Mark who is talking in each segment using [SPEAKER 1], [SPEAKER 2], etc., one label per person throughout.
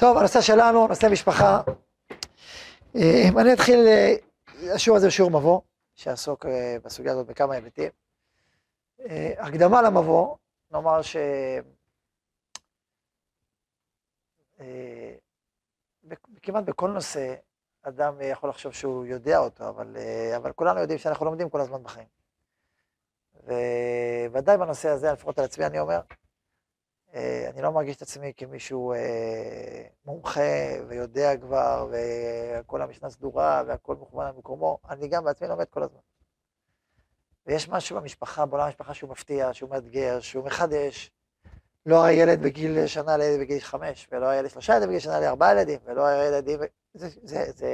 [SPEAKER 1] טוב, הנושא שלנו, נושא משפחה. אני אתחיל, השיעור הזה הוא שיעור מבוא, שעסוק בסוגיה הזאת בכמה היבטים. הקדמה למבוא, נאמר כמעט בכל נושא, אדם יכול לחשוב שהוא יודע אותו, אבל כולנו יודעים שאנחנו לומדים כל הזמן בחיים. וודאי בנושא הזה, לפחות על עצמי אני אומר, אני לא מרגיש את עצמי כמישהו מומחה ויודע כבר, וכל המשנה סדורה והכל מוכוון על מקומו, אני גם בעצמי לומד כל הזמן. ויש משהו במשפחה, בעולם המשפחה שהוא מפתיע, שהוא מאתגר, שהוא מחדש. לא הילד בגיל שנה לילד בגיל 5, ולא הילד 3 ילדים בגיל שנה ל4 ילדים, ולא הילדים, זה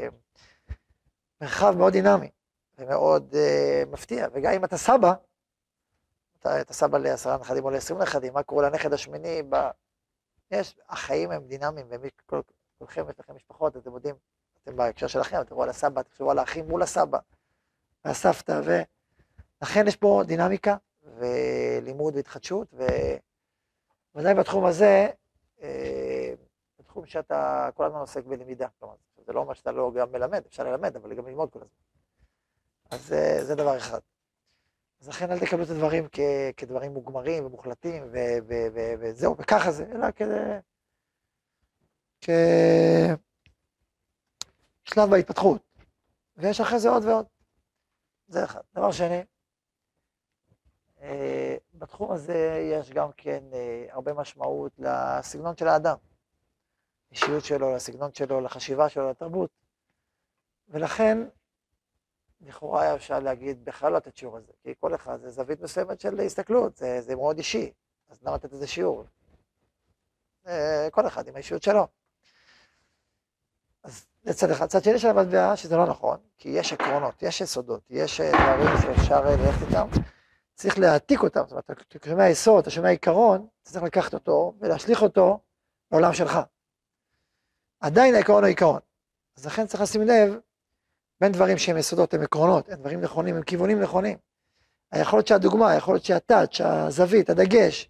[SPEAKER 1] מרחב מאוד דינמי, ומאוד מפתיע, וגם אם אתה סבא, אתה סבא ל10 נכדים או ל20 נכדים, מה קורה לנכד השמיני, החיים הם דינמיים, וכולכם יש לכם משפחות, אתם יודעים, אתם בהקשר שלכם, אתם רואים על הסבא, תחשבו על האחים מול הסבא, והסבתא, ולכן יש פה דינמיקה, ולימוד והתחדשות, וודאי בתחום הזה, בתחום שאתה כל הזמן עוסק בלמידה, כלומר, זה לא אומר שאתה לא גם מלמד, אפשר ללמד, אבל גם ללמוד כל הזמן. אז זה דבר אחד. אז לכן אל תקבלו את הדברים כדברים מוגמרים ומוחלטים, וזהו, וככה זה, אלא כשלב בהתפתחות. ויש אחרי זה עוד ועוד. זה אחד. דבר שני, בתחום הזה יש גם כן הרבה משמעות לסגנון של האדם. אישיות שלו, לסגנון שלו, לחשיבה שלו, לתרבות. ולכן, לכאורה היה אפשר להגיד בכלל לא לתת שיעור הזה, כי כל אחד זה זווית מסוימת של הסתכלות, זה מאוד אישי, אז למה לתת איזה שיעור? כל אחד עם האישיות שלו. אז לצד אחד, צד שני של המטבע, שזה לא נכון, כי יש עקרונות, יש יסודות, יש דברים שאפשר ללכת איתם, צריך להעתיק אותם, זאת אומרת, אתה שומע היסוד, אתה שומע עיקרון, אתה צריך לקחת אותו ולהשליך אותו לעולם שלך. עדיין העיקרון הוא עיקרון, אז לכן צריך לשים לב, בין דברים שהם יסודות, הם עקרונות, הם דברים נכונים, הם כיוונים נכונים. היכול להיות שהדוגמה, היכול להיות שהטאץ', הזווית, הדגש,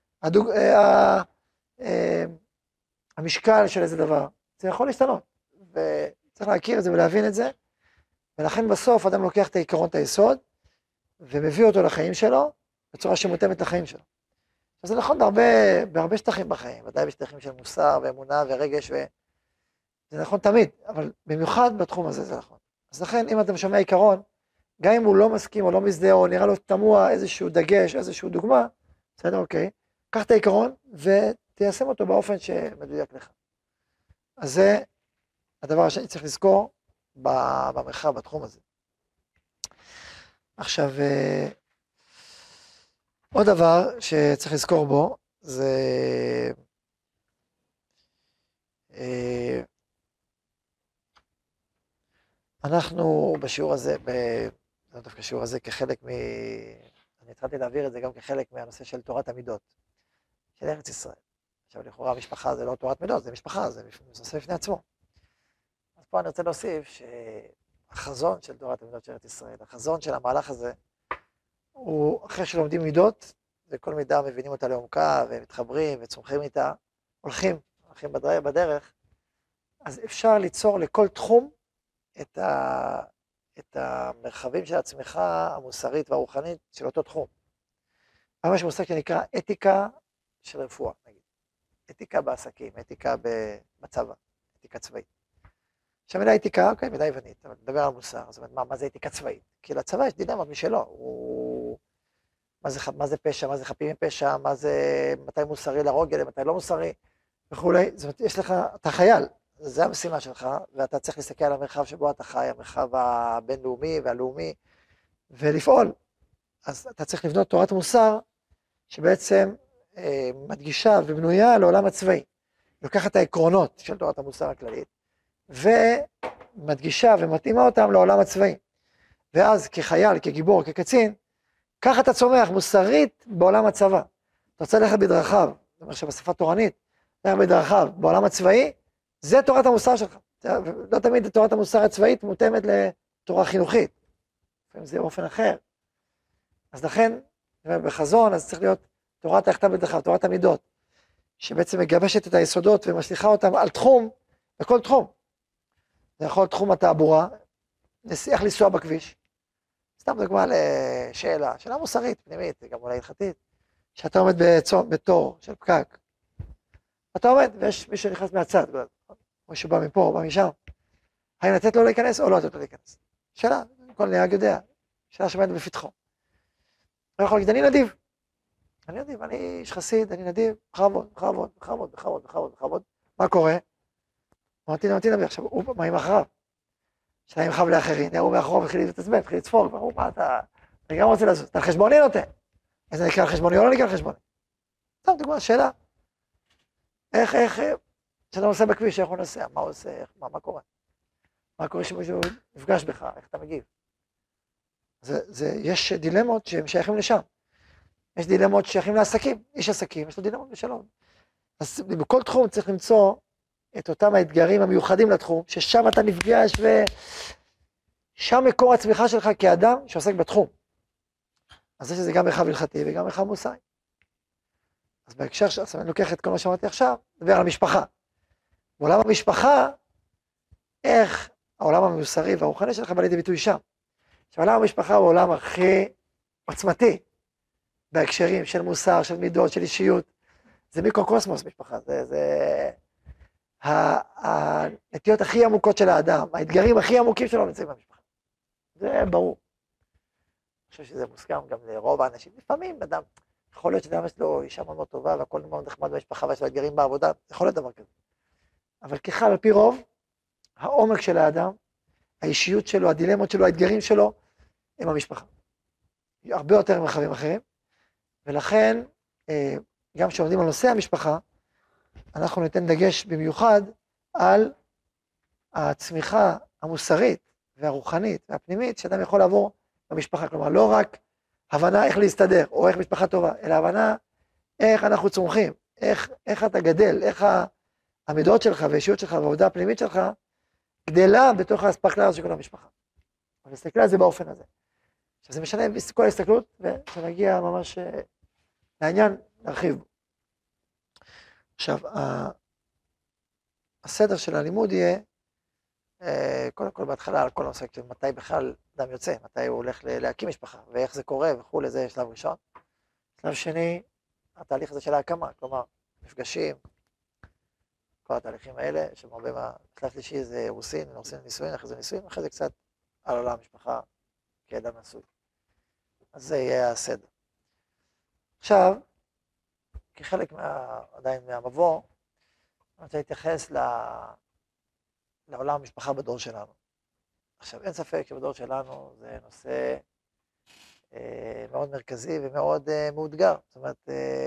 [SPEAKER 1] המשקל של איזה דבר, זה יכול להשתנות, וצריך להכיר את זה ולהבין את זה, ולכן בסוף אדם לוקח את העיקרון, את היסוד, ומביא אותו לחיים שלו, בצורה שמותאמת לחיים שלו. אז זה נכון בהרבה שטחים בחיים, ודאי בשטחים של מוסר ואמונה ורגש, זה נכון תמיד, אבל במיוחד בתחום הזה זה נכון. אז לכן, אם אתה שומע עיקרון, גם אם הוא לא מסכים או לא מזדהה, או נראה לו תמוה איזשהו דגש, איזשהו דוגמה, בסדר, אוקיי, קח את העיקרון ותיישם אותו באופן שמדויק לך. אז זה הדבר שאני צריך לזכור במרחב, בתחום הזה. עכשיו, עוד דבר שצריך לזכור בו, זה אנחנו בשיעור הזה, לא דווקא שיעור הזה כחלק אני התחלתי להעביר את זה גם כחלק מהנושא של תורת המידות, של ארץ ישראל. עכשיו לכאורה המשפחה זה לא תורת מידות, זה משפחה, זה נושא בפני עצמו. אז פה אני רוצה להוסיף שהחזון של תורת המידות של ארץ ישראל, החזון של המהלך הזה, הוא אחרי שלומדים מידות, וכל מידה מבינים אותה לעומקה, ומתחברים וצומחים איתה, הולכים בדרך, אז אפשר ליצור לכל תחום, את המרחבים של הצמיחה המוסרית והרוחנית של אותו תחום. ממש מושג שנקרא אתיקה של רפואה, נגיד. אתיקה בעסקים, אתיקה בצבא, אתיקה צבאית. עכשיו מילה אתיקה, אוקיי, מילה יוונית, אבל נדבר על מוסר, זאת אומרת, מה זה אתיקה צבאית? כי לצבא יש דילמות משלו, מה זה פשע, מה זה חפים מפשע, מתי מוסרי לרוגל, מתי לא מוסרי, וכולי. זאת אומרת, יש לך, אתה חייל, זה המשימה שלך, ואתה צריך להסתכל על המרחב שבו אתה חי, המרחב הבינלאומי והלאומי, ולפעול. אז אתה צריך לבנות תורת מוסר, שבעצם מדגישה ובנויה לעולם הצבאי. לוקחת את העקרונות של תורת המוסר הכללית, ומדגישה ומתאימה אותם לעולם הצבאי. ואז כחייל, כגיבור, כקצין, ככה אתה צומח מוסרית בעולם הצבא. אתה רוצה ללכת בדרכיו, זאת אומרת שבשפה תורנית, ללכת בדרכיו בעולם הצבאי, זה תורת המוסר שלך. לא תמיד תורת המוסר הצבאית מותאמת לתורה חינוכית. לפעמים זה באופן אחר. אז לכן, בחזון, אז צריך להיות תורת היחתה בדרכיו, תורת המידות. שבעצם מגבשת את היסודות ומשליכה אותם על תחום, בכל תחום. זה יכול להיות תחום התעבורה, איך לנסוע בכביש. סתם דוגמה לשאלה, שאלה מוסרית, פנימית, גם אולי הלכתית, שאתה עומד בתור של פקק. אתה עומד ויש מישהו שנכנס מהצד, מישהו בא מפה או בא משם. האם לתת לו להיכנס או לא לתת לו להיכנס? שאלה, כל נהג יודע, שאלה שעומדת בפתחו. אני יכול להגיד, אני נדיב. אני נדיב, אני איש חסיד, אני נדיב, בכבוד. מה קורה? אמרתי, נביא, עכשיו, הוא מה עם אחריו? שאלה אם חב לאחרים, הוא מאחוריו התחיל להתעצבן, התחיל לצפור, הוא מה אתה, אני גם רוצה לעשות, אתה על חשבוני נותן. איזה נקרא על חשבוני או לא נקרא על חשבוני? טוב, דוגמה, שאלה. איך, כשאתה נוסע בכביש, איך הוא נוסע? מה הוא עושה? מה קורה? מה קורה שמישהו נפגש בך? איך אתה מגיב? יש דילמות שהם שייכים לשם. יש דילמות שייכים לעסקים. איש עסקים, יש לו דילמות בשלום. אז בכל תחום צריך למצוא את אותם האתגרים המיוחדים לתחום, ששם אתה נפגש ושם מקור הצמיחה שלך כאדם שעוסק בתחום. אז יש לזה גם מרחב הלכתי וגם מרחב מוסרי. אז בהקשר אני לוקח את כל מה שאמרתי עכשיו, נדבר על המשפחה. בעולם המשפחה, איך העולם המוסרי והרוחני שלך בא לידי ביטוי שם. עכשיו, עולם המשפחה הוא העולם הכי עוצמתי, בהקשרים של מוסר, של מידות, של אישיות. זה מיקרוקוסמוס משפחה, זה הנטיות הכי עמוקות של האדם, האתגרים הכי עמוקים שלו נמצאים במשפחה. זה ברור. אני חושב שזה מוסכם גם לרוב האנשים. לפעמים אדם, יכול להיות שאדם יש לו אישה מאוד טובה, והכל מאוד נחמד במשפחה, ויש לו אתגרים בעבודה, יכול להיות דבר כזה. אבל ככלל, על פי רוב, העומק של האדם, האישיות שלו, הדילמות שלו, האתגרים שלו, הם המשפחה. הרבה יותר מרחבים אחרים, ולכן, גם כשעומדים על נושא המשפחה, אנחנו ניתן דגש במיוחד על הצמיחה המוסרית והרוחנית והפנימית שאדם יכול לעבור במשפחה. כלומר, לא רק הבנה איך להסתדר או איך משפחה טובה, אלא הבנה איך אנחנו צומחים, איך אתה גדל, איך המידות שלך והאישיות שלך והעבודה הפנימית שלך גדלה בתוך האספקט של כל המשפחה. אבל נסתכל על זה באופן הזה. עכשיו זה משנה כל ההסתכלות, ושנגיע ממש לעניין, נרחיב בו. עכשיו, הסדר של הלימוד יהיה, קודם כל בהתחלה על כל הנושא, מתי בכלל אדם יוצא, מתי הוא הולך להקים משפחה, ואיך זה קורה וכו', זה שלב ראשון. שלב שני, התהליך הזה של ההקמה, כלומר, מפגשים, כל התהליכים האלה, שמרבה מהשלב שלישי זה אירוסין, נישואין, אחרי זה נישואין, אחרי זה קצת על עולם המשפחה כאדם נשוי. אז זה יהיה הסדר. עכשיו, כחלק עדיין מהמבוא, אני רוצה להתייחס לעולם המשפחה בדור שלנו. עכשיו, אין ספק שבדור שלנו זה נושא מאוד מרכזי ומאוד מאותגר. זאת אומרת,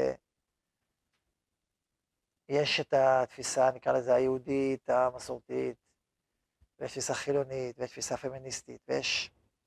[SPEAKER 1] יש את התפיסה, נקרא לזה היהודית, המסורתית, ויש תפיסה חילונית, ויש תפיסה פמיניסטית, ויש...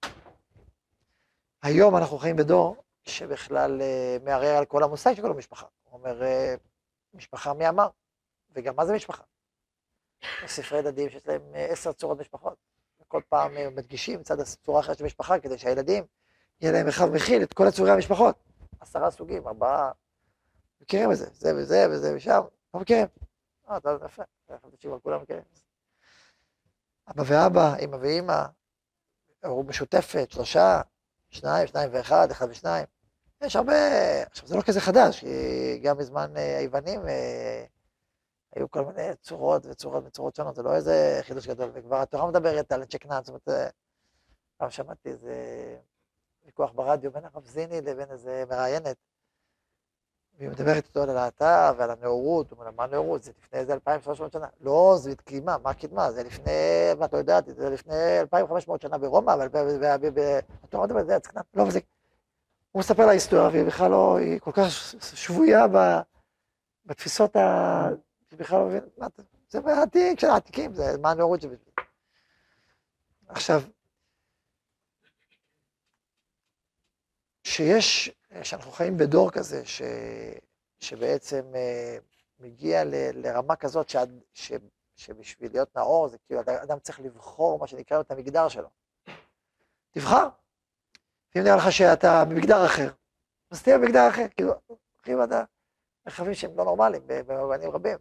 [SPEAKER 1] היום אנחנו חיים בדור שבכלל מערער על כל המושג של כל המשפחה. הוא אומר, משפחה מי אמר? וגם מה זה משפחה? יש ספרי ילדים שיש להם 10 צורות משפחות. וכל פעם מדגישים מצד הצורה אחרת של משפחה, כדי שהילדים יהיה להם מרחב מכיל את כל הצורי המשפחות. 10 סוגים, 4, מכירים את זה, זה וזה וזה ושם, לא מכירים. אתה יפה, כולם מכירים. אבא ואבא, אמא ואמא, הורות משותפת, 3, 2, 2 ו1, 1 ו2. יש הרבה, עכשיו זה לא כזה חדש, כי גם בזמן היוונים היו כל מיני צורות וצורות שונות, זה לא איזה חידוש גדול, וכבר התורה מדברת על צ'קנן, זאת אומרת, פעם שמעתי איזה ויכוח ברדיו בין הרב זיני לבין איזה מראיינת, והיא מדברת איתו על הלהט"ב ועל הנאורות, הוא אומר, מה הנאורות? זה לפני איזה 2,300 שנה. לא, זה קדמה, מה קדמה? זה לפני, מה אתה יודעת, זה לפני 2,500 שנה ברומא, אבל התורה מדברת, זה הצקנה, לא, וזה... הוא מספר לה היסטוריה, והיא בכלל לא, היא כל כך שבויה בתפיסות היא בכלל לא מבינה, זה בעתיק של העתיקים, זה מה הנאורות שבשביל. עכשיו, שאנחנו חיים בדור כזה, שבעצם מגיע לרמה כזאת, שבשביל להיות נאור, זה כאילו אדם צריך לבחור מה שנקרא את המגדר שלו. תבחר. אם נראה לך שאתה במגדר אחר, אז תהיה במגדר אחר, כאילו, אחים אתה, רכבים שהם לא נורמליים, במובנים רבים.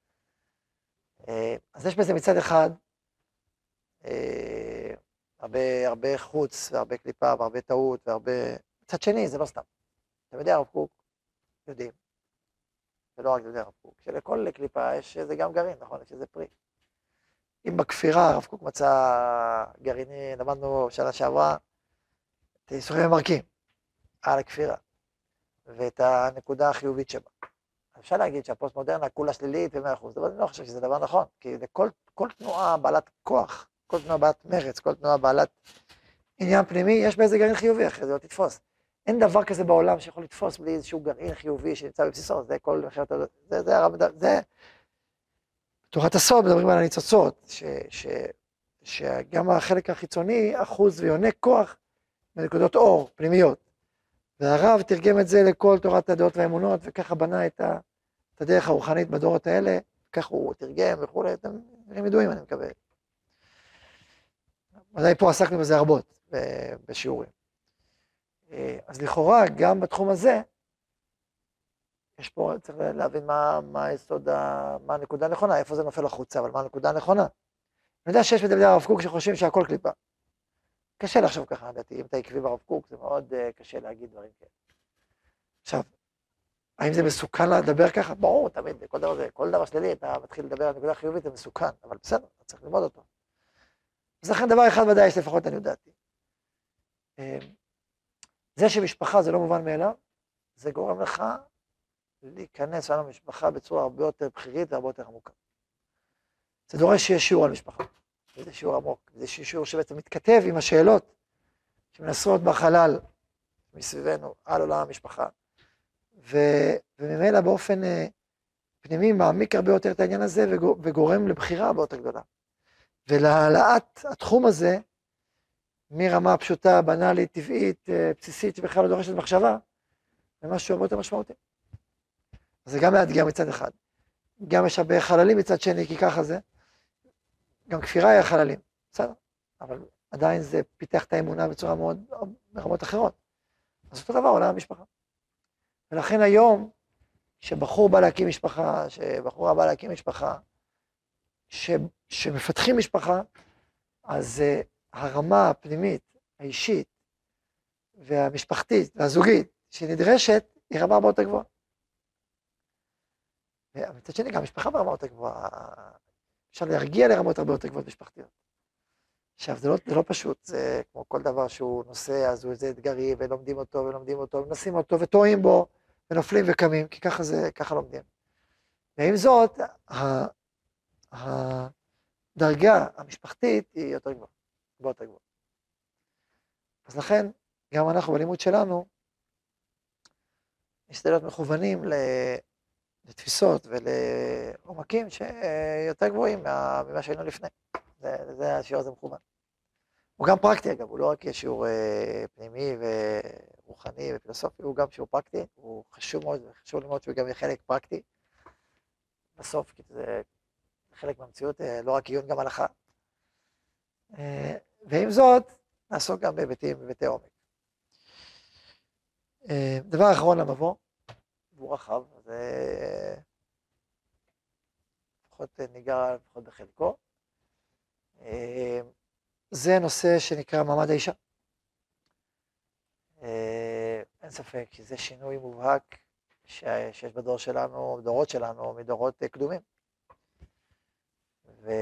[SPEAKER 1] אז יש בזה מצד אחד, הרבה חוץ, והרבה קליפה, והרבה טעות, והרבה... מצד שני, זה לא סתם. תלמידי הרב קוק יודעים, ולא רק תלמידי הרב קוק, שלכל קליפה יש איזה גם גרעין, נכון? יש איזה פרי. אם בכפירה הרב קוק מצא גרעיני, למדנו שנה שעברה, את איסורים ממרקים על הכפירה, ואת הנקודה החיובית שבה. אפשר להגיד שהפוסט-מודרנה כולה שלילית ו100%, אבל אני לא חושב שזה דבר נכון, כי לכל תנועה בעלת כוח, כל תנועה בעלת מרץ, כל תנועה בעלת עניין פנימי, יש באיזה גרעין חיובי, אחרי זה לא תתפוס. אין דבר כזה בעולם שיכול לתפוס בלי איזשהו גרעין חיובי שנמצא בבסיסו, זה כל אחרת, זה תורת הסוד, מדברים על הניצוצות, שגם החלק החיצוני אחוז ויונק כוח בנקודות אור פנימיות. והרב תרגם את זה לכל תורת הדעות והאמונות, וככה בנה את הדרך הרוחנית בדורות האלה, כך הוא תרגם וכו', אתם ידועים, אני מקווה. ודאי פה עסקנו בזה רבות בשיעורים. אז לכאורה, גם בתחום הזה, יש פה, צריך להבין מה היסוד, מה הנקודה הנכונה, איפה זה נופל החוצה, אבל מה הנקודה הנכונה. אני יודע שיש בתלמידי הרב קוק שחושבים שהכל קליפה. קשה לחשוב ככה, לדעתי, אם אתה עקבי ברב קוק, זה מאוד קשה להגיד דברים כאלה. עכשיו, האם זה מסוכן לדבר ככה? ברור, תמיד, כל דבר שלילי, אתה מתחיל לדבר על נקודה חיובית, זה מסוכן, אבל בסדר, אתה צריך ללמוד אותו. אז לכן דבר אחד ודאי, שלפחות אני יודעתי. זה שמשפחה זה לא מובן מאליו, זה גורם לך להיכנס על המשפחה בצורה הרבה יותר בכירית והרבה יותר עמוקה. זה דורש שיש שיעור על משפחה, וזה שיעור עמוק, זה שיעור שבעצם מתכתב עם השאלות שמנסות בחלל מסביבנו על עולם המשפחה, וממילא באופן פנימי מעמיק הרבה יותר את העניין הזה וגורם לבחירה הרבה יותר גדולה. ולהעלאת התחום הזה מרמה פשוטה, בנאלית, טבעית, בסיסית, שבכלל לא דורשת מחשבה, למשהו הרבה יותר משמעותי. אז זה גם מאתגר מצד אחד. גם יש הרבה חללים מצד שני, כי ככה זה. גם כפירה היה חללים, בסדר? אבל עדיין זה פיתח את האמונה בצורה מאוד, ברמות אחרות. אז אותו דבר עולה המשפחה. ולכן היום, שבחור בא להקים משפחה, שמפתחים משפחה, אז הרמה הפנימית, האישית, והמשפחתית, והזוגית, שנדרשת, היא רמה הרבה יותר גבוהה. ומצד שני, גם המשפחה ברמה יותר גבוהה, אפשר להרגיע לרמות הרבה יותר גבוהות משפחתיות. עכשיו, זה לא פשוט, זה כמו כל דבר שהוא נושא, אז הוא איזה אתגרי, ולומדים אותו, ומנסים אותו, וטועים בו, ונופלים וקמים, כי ככה לומדים. ועם זאת, הדרגה המשפחתית היא יותר גבוהה, הרבה יותר גבוהה. אז לכן, גם אנחנו בלימוד שלנו, נשתדל להיות מכוונים לתפיסות ולעומקים שיותר גבוהים ממה שהיינו לפני. זה השיעור הזה מכוון. הוא גם פרקטי אגב, הוא לא רק שיעור פנימי ורוחני ופילוסופי, הוא גם שיעור פרקטי, הוא חשוב מאוד, וחשוב ללמוד שהוא גם יהיה חלק פרקטי. בסוף, כי זה חלק מהמציאות, לא רק עיון, גם הלכה. ועם זאת, נעסוק גם בהיבטי עומק. דבר אחרון למבוא, והוא רחב, זה לפחות ניגע לפחות בחלקו. זה נושא שנקרא מעמד האישה. אין ספק שזה שינוי מובהק שיש בדור שלנו, בדורות שלנו, מדורות קדומים. וכל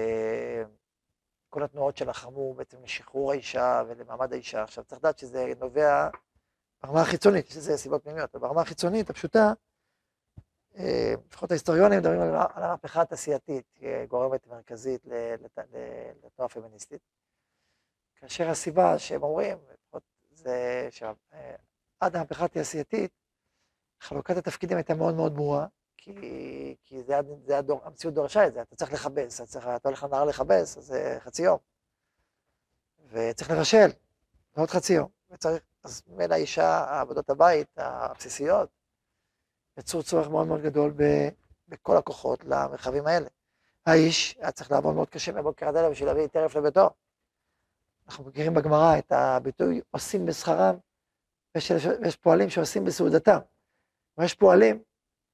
[SPEAKER 1] התנועות שלחמו בעצם לשחרור האישה ולמעמד האישה. עכשיו צריך לדעת שזה נובע ברמה החיצונית, יש לזה סיבות פנימיות, אבל ברמה החיצונית הפשוטה, לפחות ההיסטוריונים מדברים על המהפכה התעשייתית, גורמת מרכזית לתנועה פמיניסטית. כאשר הסיבה שהם אומרים, זה שעד המהפכה התעשייתית, חלוקת התפקידים הייתה מאוד מאוד ברורה, כי זה המציאות דורשה את זה, אתה צריך לכבס, אתה הולך לנהר לכבס, אז זה חצי יום. וצריך לבשל, עוד חצי יום. אז מילא האישה, העבודות הבית, הבסיסיות, יצרו צורך מאוד מאוד גדול בכל הכוחות למרחבים האלה. האיש היה צריך לעבוד מאוד קשה מבוקר עד ערב בשביל להביא טרף לביתו. אנחנו מכירים בגמרא את הביטוי עושים בשכרם, ויש פועלים שעושים בסעודתם. ויש פועלים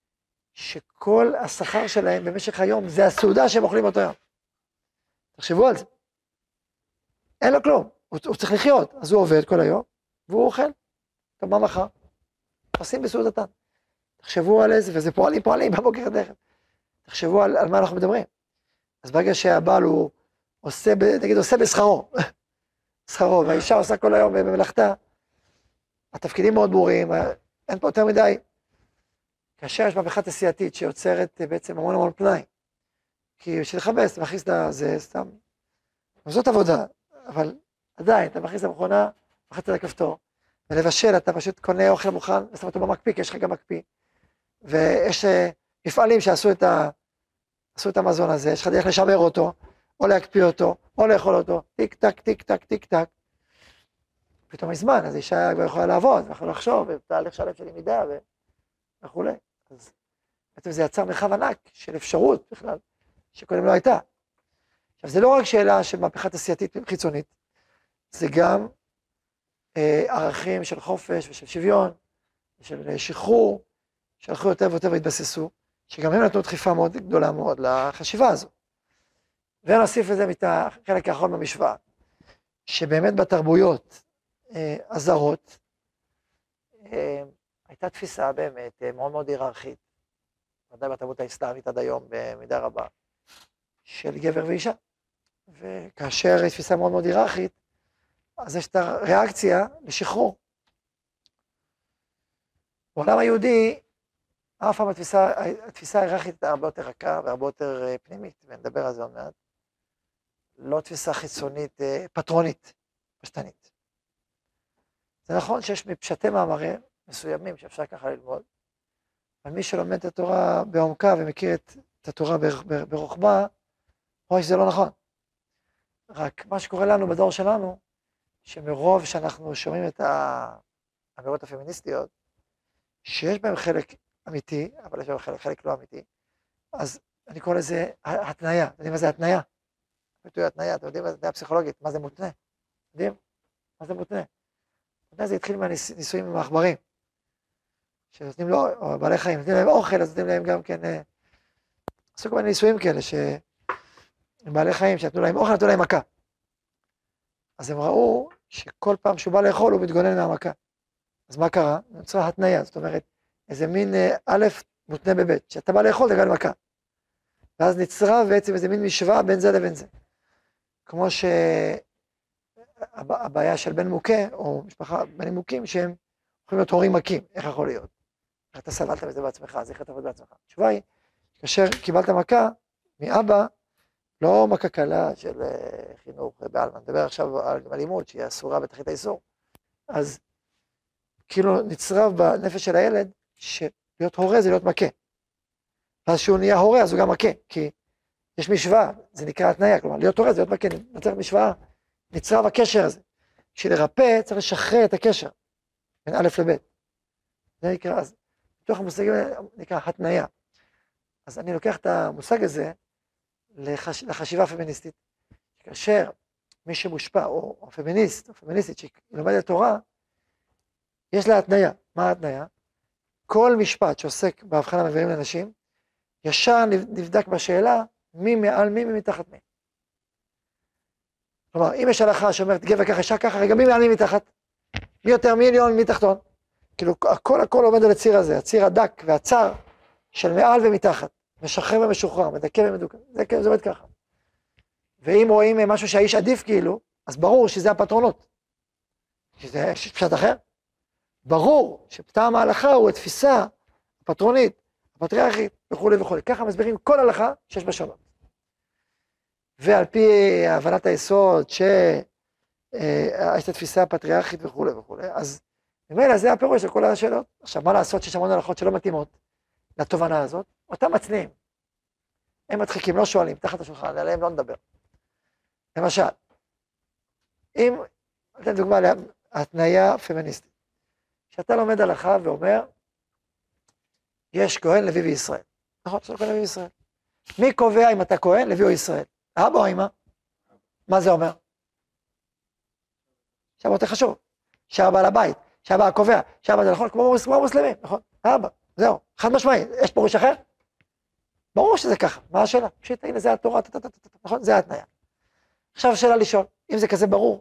[SPEAKER 1] שכל השכר שלהם במשך היום זה הסעודה שהם אוכלים אותו יום. תחשבו על זה. אין לו כלום, הוא צריך לחיות, אז הוא עובד כל היום, והוא אוכל. טוב, מה מחר? עושים בסעודתן. תחשבו על איזה, וזה פועלים בבוקר הדרך. תחשבו על מה אנחנו מדברים. אז ברגע שהבעל הוא עושה, נגיד, עושה בשכרו, שכרו, והאישה עושה כל היום במלאכתה, התפקידים מאוד ברורים, אין פה יותר מדי. כאשר יש מהפכה תעשייתית שיוצרת בעצם המון פנאי, כי בשביל לכבס, אתה מכניס זה סתם, זאת עבודה, אבל עדיין, אתה מכניס למכונה, מכניס את הכפתור, ולבשל, אתה פשוט קונה אוכל מוכן, ושם אותו במקפיא, כי יש לך גם מקפיא, ויש מפעלים שעשו את המזון הזה, יש לך דרך לשמר אותו, או להקפיא אותו, או לאכול אותו, טיק טק, טיק טק, טיק טק. פתאום יש זמן, אז אישה כבר יכולה לעבוד, ויכולה לחשוב, ותהליך שלם של למידה וכו'. אז בעצם זה יצר מרחב ענק של אפשרות בכלל, שקודם לא הייתה. עכשיו, זה לא רק שאלה של מהפכה תעשייתית חיצונית, זה גם ערכים של חופש ושל שוויון, ושל שחרור, שהלכו יותר ויותר והתבססו, שגם הם נתנו דחיפה מאוד גדולה מאוד לחשיבה הזו. ונוסיף לזה את החלק האחרון במשוואה, שבאמת בתרבויות הזרות, הייתה תפיסה באמת מאוד מאוד היררכית, ודאי בתרבות האסלאמית עד היום במידה רבה, של גבר ואישה. וכאשר יש תפיסה מאוד מאוד היררכית, אז יש את הריאקציה לשחרור. בעולם היהודי, אף פעם התפיסה ההיררכית הייתה הרבה יותר רכה והרבה יותר פנימית, ונדבר על זה עוד מעט. לא תפיסה חיצונית, פטרונית, פשטנית. זה נכון שיש מפשטי מאמרים מסוימים שאפשר ככה ללמוד, אבל מי שלומד את התורה בעומקה ומכיר את התורה ברוחבה, רואה שזה לא נכון. רק מה שקורה לנו בדור שלנו, שמרוב שאנחנו שומעים את האמירות הפמיניסטיות, שיש בהם חלק אמיתי, אבל יש בהם חלק לא אמיתי, אז אני קורא לזה התניה. אתם יודעים מה זה התניה? ביטוי התניה, אתם יודעים מה זה התניה פסיכולוגית, מה זה מותנה? אתם יודעים? מה זה מותנה? מותנה זה התחיל מהניסויים עם העכברים, שנותנים לו, או בעלי חיים, נותנים להם אוכל, אז נותנים להם גם כן, עשו כל מיני ניסויים כאלה, עם בעלי חיים, שנתנו להם אוכל, נתנו להם מכה. אז הם ראו שכל פעם שהוא בא לאכול, הוא מתגונן מהמכה. אז מה קרה? נוצרה התניה, זאת אומרת, איזה מין א' מותנה בב', שאתה בא לאכול, תגע למכה. ואז נצרה בעצם איזה מין משוואה בין זה לבין זה. כמו שהבעיה של בן מוכה, או משפחה בנים מוכים, שהם יכולים להיות הורים מכים, איך יכול להיות? איך אתה סבלת מזה בעצמך, אז איך אתה עובד בעצמך? התשובה היא, כאשר קיבלת מכה מאבא, לא מכה קלה של חינוך בעלמא, נדבר עכשיו על אלימות שהיא אסורה בתכלית האיסור, אז כאילו נצרב בנפש של הילד, שלהיות הורה זה להיות מכה. ואז שהוא נהיה הורה, אז הוא גם מכה, כי יש משוואה, זה נקרא התניה, כלומר, להיות הורה זה להיות מכה, נצרב משוואה, נצרב הקשר הזה. בשביל לרפא צריך לשחרר את הקשר, בין א' לב'. זה נקרא, אז בתוך המושגים נקרא התניה. אז אני לוקח את המושג הזה לחשיבה הפמיניסטית, כאשר מי שמושפע, או פמיניסט, או פמיניסטית שלומדת תורה, יש לה התניה. מה ההתניה? כל משפט שעוסק בהבחנה בין גברים לנשים, ישר נבדק בשאלה מי מעל מי מתחת מי. כלומר, אם יש הלכה שאומרת גבר ככה, אישה ככה, רגע מי מעל מי מתחת? מי יותר מי עליון, מי תחתון? כאילו הכל עומד על הציר הזה, הציר הדק והצר של מעל ומתחת, משחרר ומשוחרר, מדכא ומדוכא, זה עובד ככה. ואם רואים משהו שהאיש עדיף כאילו, אז ברור שזה הפטרונות. שזה פשט אחר. ברור שפטעם ההלכה הוא התפיסה הפטרונית, הפטריארכית וכו' וכו'. ככה מסבירים כל הלכה שיש בה שונות. ועל פי הבנת היסוד שיש את התפיסה הפטריארכית וכו' וכו'. אז ממילא זה הפירוש של כל השאלות. עכשיו, מה לעשות שיש המון הלכות שלא מתאימות לתובנה הזאת? אותם מצניעים. הם מדחיקים, לא שואלים, תחת השולחן, עליהם לא נדבר. למשל, אם, אתן דוגמה להתניה פמיניסטית, שאתה לומד הלכה ואומר, יש כהן, לוי וישראל. נכון, יש כהן, לוי וישראל. מי קובע אם אתה כהן, לוי או ישראל? אבא או אמא? מה זה אומר? שאבא יותר חשוב, שאבא על הבית, שאבא הקובע, שאבא זה נכון, כמו מוסלמים, נכון? אבא, זהו, חד משמעי, יש פירוש אחר? ברור שזה ככה, מה השאלה? פשוט, הנה זה התורה, נכון? זה ההתניה. עכשיו השאלה לשאול, אם זה כזה ברור,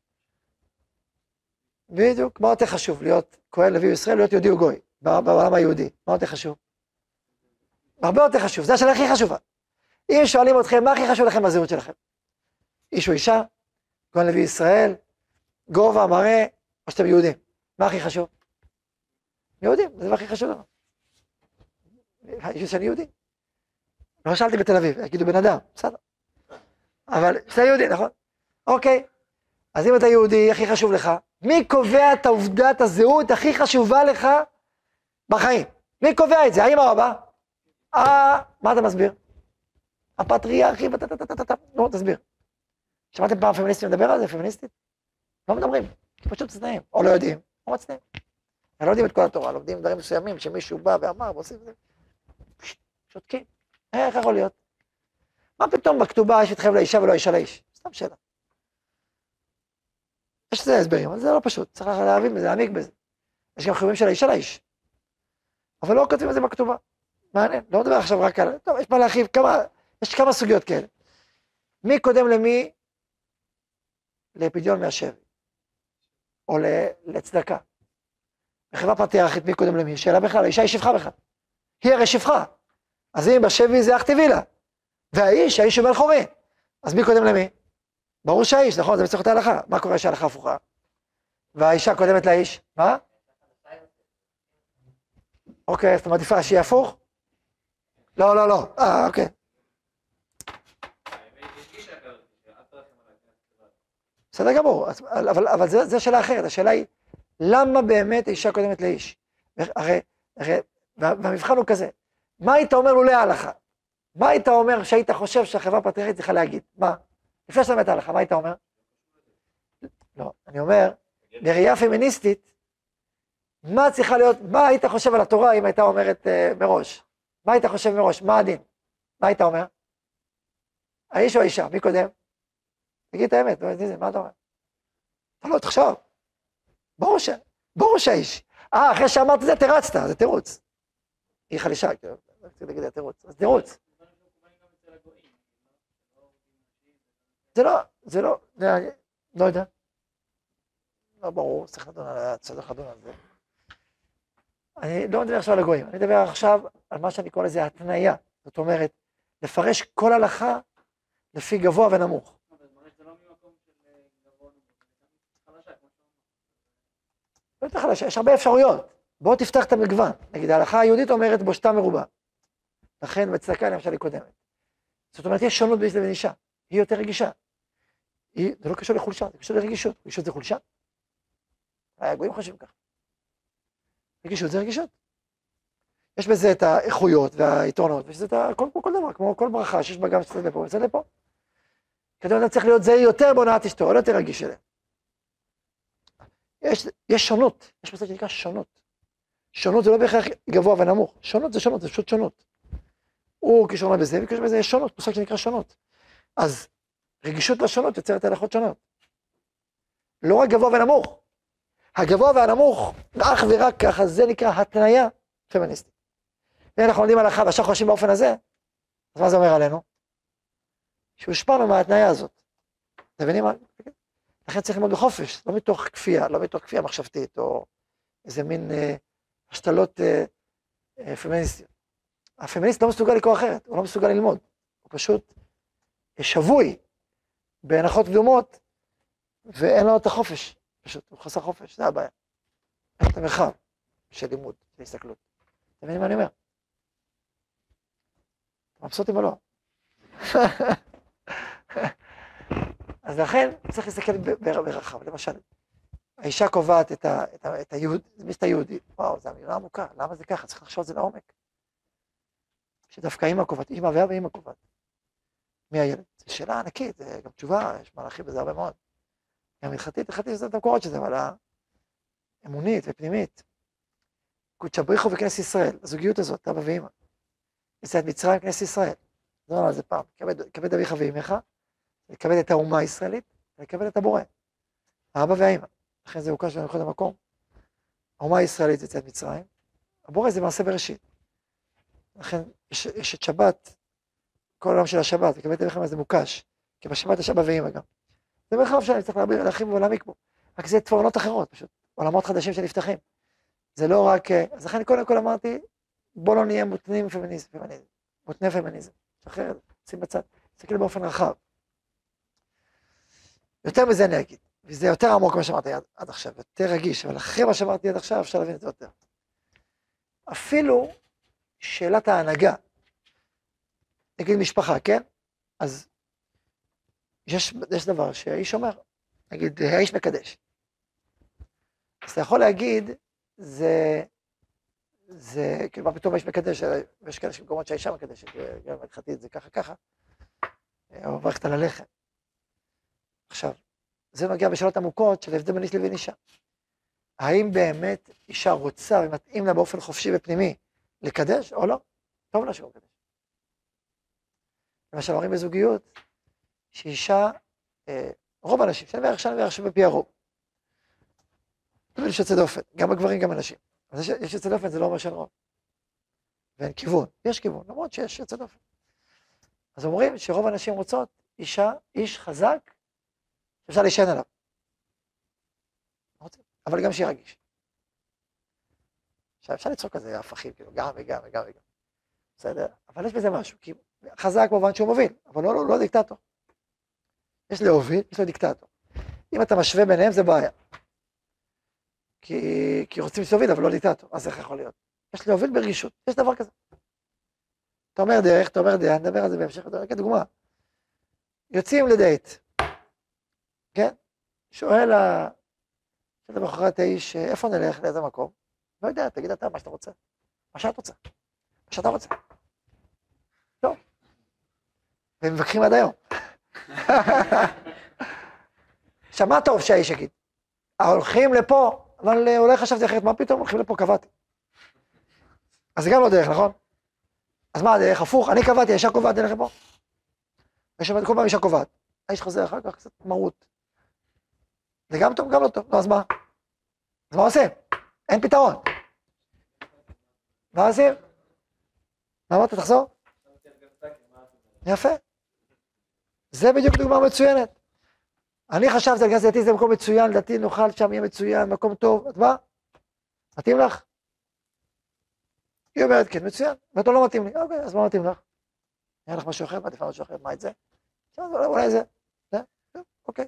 [SPEAKER 1] בדיוק, מה יותר חשוב? להיות כהן לוי ישראל, להיות יהודי או גוי, בעולם היהודי, מה יותר חשוב? הרבה יותר חשוב, זו השאלה הכי חשובה. אם שואלים אתכם, מה הכי חשוב לכם בזהות שלכם? איש או אישה, כהן לוי ישראל, גובה, מראה, או שאתם יהודים. מה הכי חשוב? יהודים, זה הדבר הכי חשוב לנו. איש שאני יהודי. לא שאלתי בתל אביב, יגידו בן אדם, בסדר. אבל שאתה יהודי, נכון? אוקיי, אז אם אתה יהודי, הכי חשוב לך, מי קובע את העובדת הזהות הכי חשובה לך בחיים? מי קובע את זה? האמא או אבא? מה אתה מסביר? הפטריארכי, נו, תסביר. שמעתם פעם פמיניסטים לדבר על זה, פמיניסטית? לא מדברים, כי פשוט צנעים, או לא יודעים, או מצנעים. הם לא יודעים את כל התורה, לומדים דברים מסוימים, שמישהו בא ואמר ועושים את זה. שותקים, איך יכול להיות? מה פתאום בכתובה יש להתחייב לאישה ולא אישה לאיש? סתם שאלה. יש לזה הסברים, אבל זה לא פשוט, צריך להבין בזה, להעמיק בזה. יש גם חיובים של האישה לאיש. אבל לא כותבים את זה בכתובה. מעניין, לא מדבר עכשיו רק על... טוב, יש מה להרחיב, יש כמה סוגיות כאלה. מי קודם למי? לפדיון מהשבי. או לצדקה. בחברה פטריארכית, מי קודם למי? שאלה בכלל, האישה היא שפחה בכלל. היא הרי שפחה. אז אם בשבי זה אך טבעי לה. והאיש הוא בן חורין. אז מי קודם למי? ברור שהאיש, נכון? זה מצריך את ההלכה. מה קורה שההלכה הפוכה? והאישה קודמת לאיש? מה? אוקיי, אז אתה מעדיפה שיהיה הפוך? לא. אוקיי. בסדר גמור, אבל זו שאלה אחרת. השאלה היא, למה באמת האישה קודמת לאיש? הרי, והמבחן הוא כזה. מה היית אומר לולא ההלכה? מה היית אומר שהיית חושב שהחברה הפטריארכית צריכה להגיד? מה? לפני שאתה מת ההלכה, מה היית אומר? לא, אני אומר, בראייה פמיניסטית, מה צריכה להיות, מה היית חושב על התורה אם הייתה אומרת מראש? מה היית חושב מראש? מה הדין? מה היית אומר? האיש או האישה? מי קודם? תגיד את האמת, מה אתה אומר? אתה לא תחשוב. ברור שהאיש. אחרי שאמרת את זה, תרצת, זה תירוץ. היא חלישה, רציתי להגיד את תירוץ, אז תירוץ. לא יודע. לא ברור, צריך לדון על זה. אני לא מדבר עכשיו על הגויים, אני מדבר עכשיו על מה שאני קורא לזה התניה. זאת אומרת, לפרש כל הלכה לפי גבוה ונמוך. לא יותר חלשה, יש הרבה אפשרויות. בוא תפתח את המגוון. נגיד, ההלכה היהודית אומרת בושתה מרובה. לכן בצדקה למשל היא קודמת. זאת אומרת, יש שונות בין אישה. היא יותר רגישה. זה לא קשור לחולשה, זה קשור לרגישות. רגישות זה חולשה? הגויים חושבים ככה. רגישות זה רגישות. יש בזה את האיכויות והיתרונות, ויש בזה את כל דבר, כמו כל ברכה שיש בה גם צד לפה וצד לפה. כדי אדם צריך להיות זהיר יותר בהונאת אשתו, או לא יותר רגיש אליה. יש שונות, יש מצב שנקרא שונות. שונות זה לא בהכרח גבוה ונמוך, שונות, זה פשוט שונות. הוא כשרונות בזה, וכשרונות בזה יש שונות, מושג שנקרא שונות. אז רגישות לשונות יוצרת הלכות שונות. לא רק גבוה ונמוך. הגבוה והנמוך, אך ורק ככה, זה נקרא התניה פמיניסטית. ואנחנו לומדים הלכה, והשאר חושבים באופן הזה, אז מה זה אומר עלינו? שהושפענו מההתניה הזאת. אתם מבינים מה? לכן צריך ללמוד בחופש, לא מתוך כפייה מחשבתית, או איזה מין השתלות פמיניסטיות. הפמיניסט לא מסוגל לקרוא אחרת, הוא לא מסוגל ללמוד. הוא פשוט שבוי בהנחות קדומות, ואין לו את החופש. פשוט, הוא חסר חופש, זה הבעיה. אין את המרחב של לימוד, של הסתכלות. אתם מבינים מה אני אומר? אתם מבסוטים או לא? אז לכן צריך להסתכל ברחב. למשל, האישה קובעת את היהודי. וואו, זו אמירה עמוקה. למה זה ככה? צריך לחשוב על זה לעומק. שדווקא אמא קובעת, אמא ואבא אמא קובעת. מי הילד? זו שאלה ענקית, זה גם תשובה, יש מה להרחיב בזה הרבה מאוד. גם הלכתית זה את המקורות שזה, אבל האמונית ופנימית. קודשא בריך הוא וכנס ישראל, הזוגיות הזאת, אבא ואמא. יציאת מצרים כנס ישראל. זו על זה פעם. כבד אביך ואמך, לקבל את האומה הישראלית, ולקבל את הבורא. האבא והאמא. לכן זה הוקש בנכון המקום. האומה הישראלית זה יציאת מצרים. הבורא זה מעשה בראשית. לכן יש את שבת, כל העולם של השבת, וקבלתם לכם זה מוקש, כי בשבת יש אבא ואמא גם. זה מרחב שאני צריך להרחיב ולהעמיק בו, רק זה תבורנות אחרות, פשוט, עולמות חדשים שנפתחים. זה לא רק, אז לכן קודם כל אמרתי, בוא לא נהיה מותנים פמיניזם, מותני פמיניזם, שחרר, שים בצד, תסתכל באופן רחב. יותר מזה אני אגיד, וזה יותר עמוק מה שאמרתי עד עכשיו, יותר רגיש, אבל אחרי מה שאמרתי עד עכשיו אפשר להבין את זה יותר. אפילו שאלת ההנהגה, נגיד משפחה, כן? אז יש דבר שהאיש אומר, נגיד האיש מקדש. אז אתה יכול להגיד, זה כאילו מה פתאום האיש מקדש, ויש כאלה שמקומות שהאישה מקדשת, גם התחלתי את זה ככה, או מברכת על הלחם. עכשיו, זה מגיע בשאלות עמוקות של הבדל בין איש לבין אישה. האם באמת אישה רוצה ומתאים לה באופן חופשי ופנימי לקדש או לא? טוב לה שהוא מקדש. למשל, אומרים בזוגיות, שאישה, רוב האנשים, שאני בערך שבפי הרוב. יש יוצא דופן, גם בגברים גם אנשים. אז יש יוצא דופן, זה לא אומר שאין רוב. ואין כיוון, יש כיוון, למרות שיש יוצא דופן. אז אומרים שרוב האנשים רוצות איש חזק, שאפשר להישען עליו. אבל גם שיהיה רגיש. עכשיו, אפשר לצחוק כזה הפכים, כאילו, גם וגם. בסדר? אבל יש בזה משהו, כי חזק במובן שהוא מוביל, אבל לא דיקטטור. יש להוביל, יש לו דיקטטור. אם אתה משווה ביניהם, זה בעיה. כי רוצים להוביל, אבל לא דיקטטור. אז איך יכול להיות? יש להוביל ברגישות, יש דבר כזה. אתה אומר דרך, נדבר על זה בהמשך, כדוגמה. יוצאים לדייט. כן? שואל למחרת האיש, איפה נלך, לאיזה מקום? לא יודע, תגיד אתה מה שאתה רוצה. מה שאת רוצה. מה שאתה רוצה. לא. והם מבקרים עד היום. עכשיו, מה טוב שהאיש יגיד? הולכים לפה, אבל אולי חשבתי אחרת, מה פתאום הולכים לפה, קבעתי. אז זה גם לא דרך, נכון? אז מה הדרך? הפוך, אני קבעתי, האישה קובעת, נלך לפה. כל פעם האישה קובעת. האיש חוזר אחר כך, קצת מרות. זה גם טוב, גם לא טוב. נו, אז מה? אז מה עושים? אין פתרון. מה עושים? מה אמרת? תחזור? יפה. זה בדיוק דוגמה מצוינת. אני חשבתי על גן דתי, זה מקום מצוין, לדעתי נוכל שם, יהיה מצוין, מקום טוב. את מה? מתאים לך? היא אומרת, כן, מצוין. ואתה לא מתאים לי. אוקיי, אז מה מתאים לך? נראה לך משהו אחר, מה תפעל משהו אחר, מה את זה? אולי זה. אוקיי.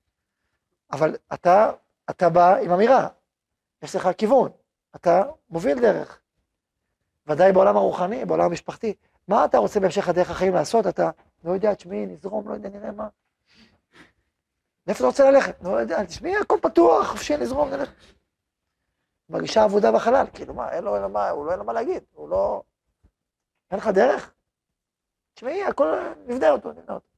[SPEAKER 1] אבל אתה בא עם אמירה, יש לך כיוון, אתה מוביל דרך. ודאי בעולם הרוחני, בעולם המשפחתי. מה אתה רוצה בהמשך הדרך החיים לעשות? אתה לא יודע, תשמעי, נזרום, לא יודע, נראה מה. לאיפה אתה רוצה ללכת? לא יודע, תשמעי, הכל פתוח, חופשי, נזרום, נלך. מרגישה עבודה בחלל, כאילו מה, הוא לא אין לו מה להגיד, הוא לא... אין לך דרך? תשמעי, הכל נבנה אותו.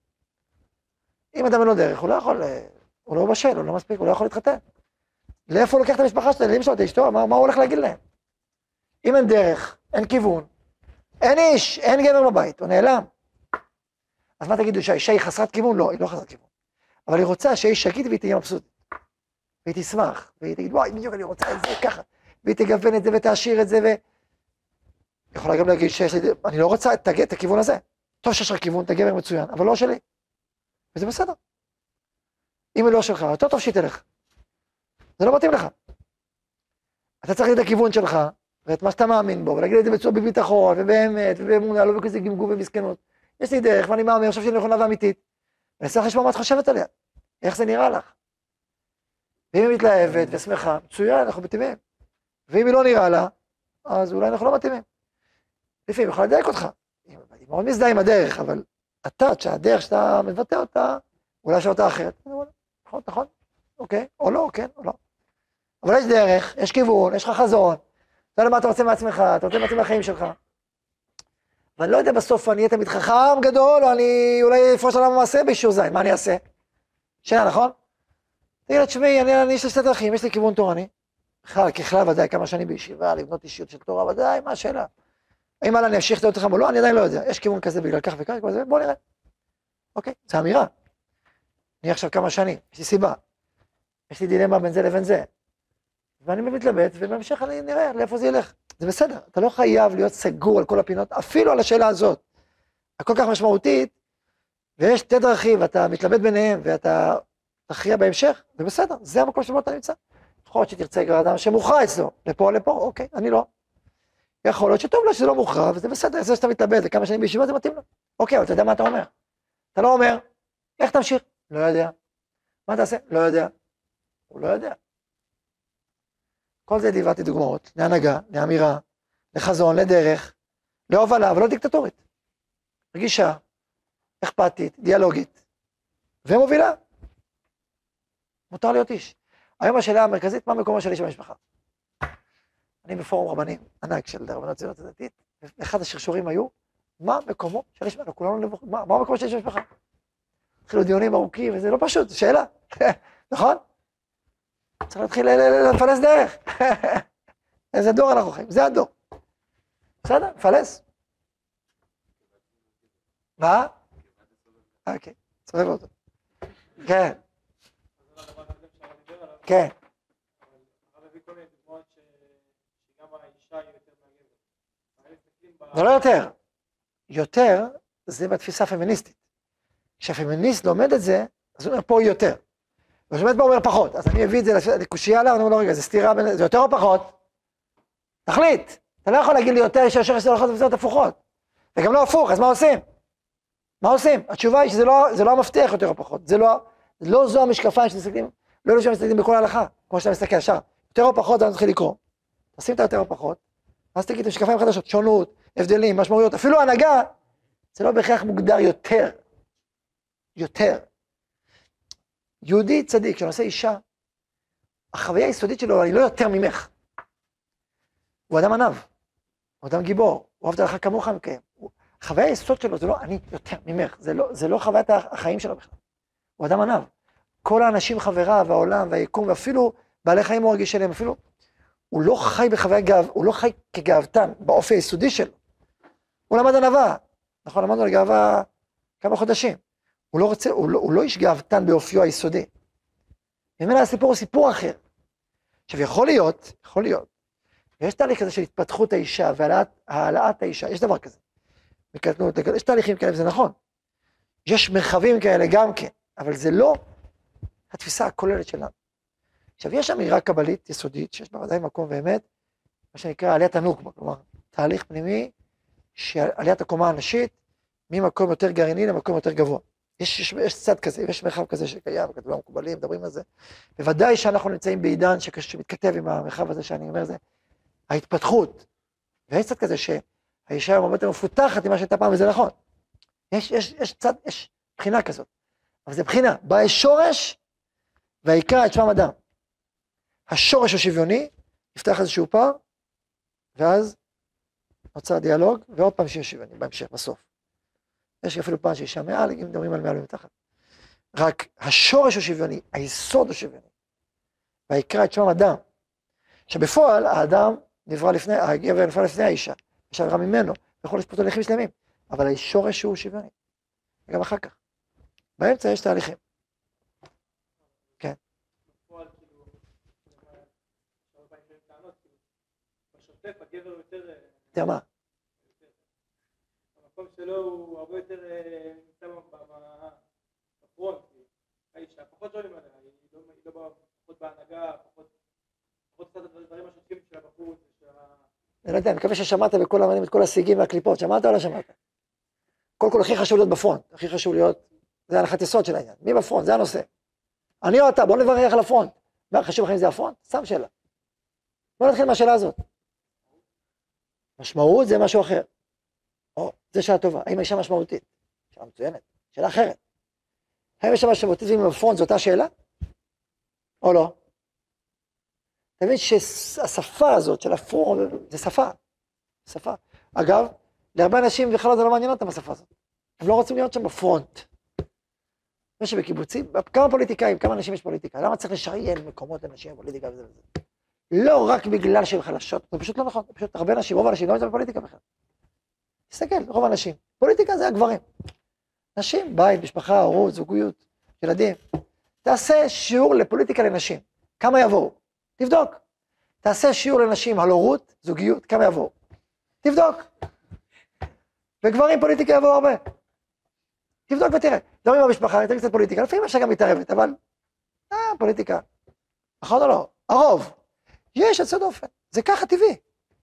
[SPEAKER 1] אם אדם אין לו דרך, הוא לא יכול... הוא לא בשל, הוא לא מספיק, הוא לא יכול להתחתן. לאיפה הוא לוקח את המשפחה שלו, לילדים שלו, את אשתו, מה הוא הולך להגיד להם? אם אין דרך, אין כיוון, אין איש, אין גבר בבית, הוא נעלם. אז מה תגידו, שהאישה היא חסרת כיוון? לא, היא לא חסרת כיוון. אבל היא רוצה שהאיש יגיד והיא תהיה מבסוטית. והיא תשמח, והיא תגיד, וואי, בדיוק אני רוצה את זה ככה. והיא תגוון את זה ותעשיר את זה היא יכולה גם להגיד שיש לי, אני לא רוצה את הכיוון הזה. טוב שיש לך כיוון, אתה גבר מצוין, אבל לא שלי. וזה בסדר. אם היא לא שלך, יותר טוב שהיא תלך. זה לא מתאים לך. אתה צריך את הכיוון שלך, ואת מה שאתה מאמין בו, ולהגיד את זה בצורה בביטחון, ובאמת, ובאמונה, לא בכזה גמגום ומסכנות. יש לי דרך, ואני מאמין, אני חושב שהיא נכונה ואמיתית. ואני צריך לשמוע מה את חושבת עליה. איך זה נראה לך? ואם היא מתלהבת ושמחה, מצוין, אנחנו מתאימים. ואם היא לא נראה לה, אז אולי אנחנו לא מתאימים. לפעמים היא יכולה לדייק אותך. היא מאוד מזדהה עם הדרך, אבל שהדרך שאתה מבטא אותה, אולי שאותה אחרת. נכון, אוקיי, או לא, כן, או לא. אבל יש דרך, יש כיוון, יש לך חזון, אתה יודע מה אתה רוצה מעצמך, אתה רוצה מעצמך מהחיים שלך. ואני לא יודע בסוף, אני אהיה תמיד חכם גדול, או אני אולי אפרוש עליו מעשה באישור זין, מה אני אעשה? שאלה, נכון? תגיד לה, תשמעי, אני יש לי שתי דרכים, יש לי כיוון תורני. ככלל ודאי, כמה שנים בישיבה, לבנות אישיות של תורה, ודאי, מה השאלה? האם הלאה אני אמשיך להיות לכם או לא, אני עדיין לא יודע. יש כיוון כזה בגלל כך וכך, בוא נראה. אוקיי, זו אמירה. אני עכשיו כמה שנים, יש לי סיבה. יש לי דילמה בין זה לבין זה. ואני מתלבט, ובהמשך אני נראה לאיפה זה ילך. זה בסדר, אתה לא חייב להיות סגור על כל הפינות, אפילו על השאלה הזאת, הכל כך משמעותית, ויש שתי דרכים, ואתה מתלבט ביניהם, ואתה תכריע בהמשך, זה בסדר, זה המקום שבו אתה נמצא. יכול להיות שתרצה כבר אדם שמוכרע אצלו, לפה או לפה, אוקיי, אני לא. יכול להיות שטוב לו שזה לא מוכרע, וזה בסדר, זה שאתה מתלבט, וכמה שנים בישיבה זה מתאים לו. אוקיי, אבל אתה יודע מה אתה אומר. אתה לא אומר, איך תמשיך? לא יודע. מה תעשה? לא יודע. הוא לא יודע. כל זה דיברתי דוגמאות, להנהגה, לאמירה, לחזון, לדרך, להובלה, אבל לא דיקטטורית. רגישה, אכפתית, דיאלוגית, ומובילה. מותר להיות איש. היום השאלה המרכזית, מה מקומו של איש במשפחה? אני בפורום רבנים, ענק של רבנות ציונות הדתית, ואחד השרשורים היו, מה מקומו של איש במשפחה? כולנו נבוך, מה מקומו של איש במשפחה? התחילו דיונים ארוכים, וזה לא פשוט, זו שאלה, נכון? צריך להתחיל לפלס דרך. איזה דור אנחנו חיים, זה הדור. בסדר, פלס. מה? אוקיי, צורב אותו. כן. כן. זה לא יותר. יותר זה בתפיסה פמיניסטית. כשהפמיניסט לומד את זה, אז הוא אומר פה יותר. ושומעת פה אומר פחות. אז אני אביא את זה לקושייה עליו, אני אומר לו רגע, זה סתירה, זה יותר או פחות? תחליט. אתה לא יכול להגיד לי יותר, יש השורש של הלכות ופסעות הפוכות. וגם לא הפוך, אז מה עושים? מה עושים? התשובה היא שזה לא המפתח יותר או פחות. זה לא זו המשקפיים שמסתכלים, לא אלו שמסתכלים בכל ההלכה, כמו שאתה מסתכל ישר. יותר או פחות, אני מתחיל לקרוא. תשים את היותר או פחות, אז תגיד, משקפיים חדשות, שונות, הבדלים, משמעויות, אפילו הנהגה, זה לא בהכרח מוגדר יותר. יותר. יהודי צדיק, כשנושא אישה, החוויה היסודית שלו, היא לא יותר ממך. הוא אדם ענב, הוא אדם גיבור, הוא אוהב את הלכה כמוך מקיים. החוויה היסוד שלו זה לא אני יותר ממך, זה לא חוויית החיים שלו בכלל. הוא אדם ענב. כל האנשים חבריו, והעולם, והיקום, ואפילו בעלי חיים הוא רגיש אליהם, אפילו, הוא לא חי בחוויה הוא לא חי כגאוותן, באופי היסודי שלו. הוא למד ענווה, נכון, למדנו לגאווה כמה חודשים. הוא לא איש גאוותן באופיו היסודי. ממילא הסיפור הוא סיפור אחר. עכשיו יכול להיות, יש תהליך כזה של התפתחות האישה, והעלאת האישה, יש דבר כזה. יש תהליכים כאלה, וזה נכון. יש מרחבים כאלה גם כן, אבל זה לא התפיסה הכוללת שלנו. עכשיו, יש אמירה קבלית יסודית, שיש בה ודאי מקום באמת, מה שנקרא עליית הנוקבה, כלומר, תהליך פנימי, שעליית הקומה הנשית, ממקום יותר גרעיני למקום יותר גבוה. יש צד כזה, יש מרחב כזה שקיים, כתובים המקובלים, מדברים על זה. בוודאי שאנחנו נמצאים בעידן שמתכתב עם המרחב הזה שאני אומר, זה ההתפתחות. ויש צד כזה שהאישה היום הרבה יותר מפותחת ממה שהייתה פעם, וזה נכון. יש בחינה כזאת. אבל זה בחינה, בה יש שורש, ויקרא את שמם אדם. השורש השוויוני, יפתח איזשהו פער, ואז נוצר דיאלוג, ועוד פעם שיש שוויוני, בהמשך, בסוף. יש אפילו פעם שאישה מעל, אם מדברים על מעל ומתחת. רק השורש השוויוני, היסוד השוויוני, ויקרא את שמם אדם. שבפועל, האדם נברא לפני, הגבר נברא לפני האישה, יש עבירה ממנו, ויכול לשפוט תהליכים שלמים, אבל השורש הוא שוויוני. וגם אחר כך. באמצע יש תהליכים. כן.
[SPEAKER 2] בפועל, כאילו, הרבה פעמים טענות, כאילו, בשוטף, הגבר יותר...
[SPEAKER 1] יותר מה?
[SPEAKER 2] המקום שלו הוא הרבה יותר נמצא בפרונט, האישה, פחות שואלים עליה, היא לא פחות בהנהגה, פחות קצת הדברים השוטפים של הבחור,
[SPEAKER 1] אני לא יודע, אני מקווה ששמעת בכל המנים את כל השיגים והקליפות, שמעת או לא שמעת? קודם כל הכי חשוב להיות בפרונט, הכי חשוב להיות, זה הנחת יסוד של העניין, מי בפרונט, זה הנושא. אני או אתה, בוא נברך על הפרונט. מה חשוב לכם זה הפרונט? סתם שאלה. בוא נתחיל מהשאלה הזאת. משמעות זה משהו אחר. או, זה שאלה טובה, האם האישה משמעותית? שאלה מצוינת, שאלה אחרת. האם האישה משמעותית ואם בפרונט זו אותה שאלה? או לא? אתה מבין שהשפה הזאת של הפרונט, זה שפה. אגב, להרבה אנשים בכלל זה לא מעניין אותם השפה הזאת. הם לא רוצים להיות שם בפרונט. מה שבקיבוצים, כמה פוליטיקאים, כמה אנשים יש פוליטיקה, למה צריך לשריין מקומות לנשים בפוליטיקה וזה וזה? לא רק בגלל שהן חלשות, זה פשוט לא נכון, פשוט הרבה אנשים, רוב האנשים לא נמצאים בפוליטיקה בכלל. תסתכל, רוב האנשים, פוליטיקה זה הגברים. נשים, בית, משפחה, הורות, זוגיות, ילדים. תעשה שיעור לפוליטיקה לנשים, כמה יבואו? תבדוק. תעשה שיעור לנשים על הורות, זוגיות, כמה יבואו. תבדוק. וגברים פוליטיקה יבואו הרבה. תבדוק ותראה. לא עם המשפחה, תראה קצת פוליטיקה, לפעמים אפשר גם מתערבת, אבל... פוליטיקה. נכון או לא? הרוב. יש יוצא דופן. זה ככה טבעי.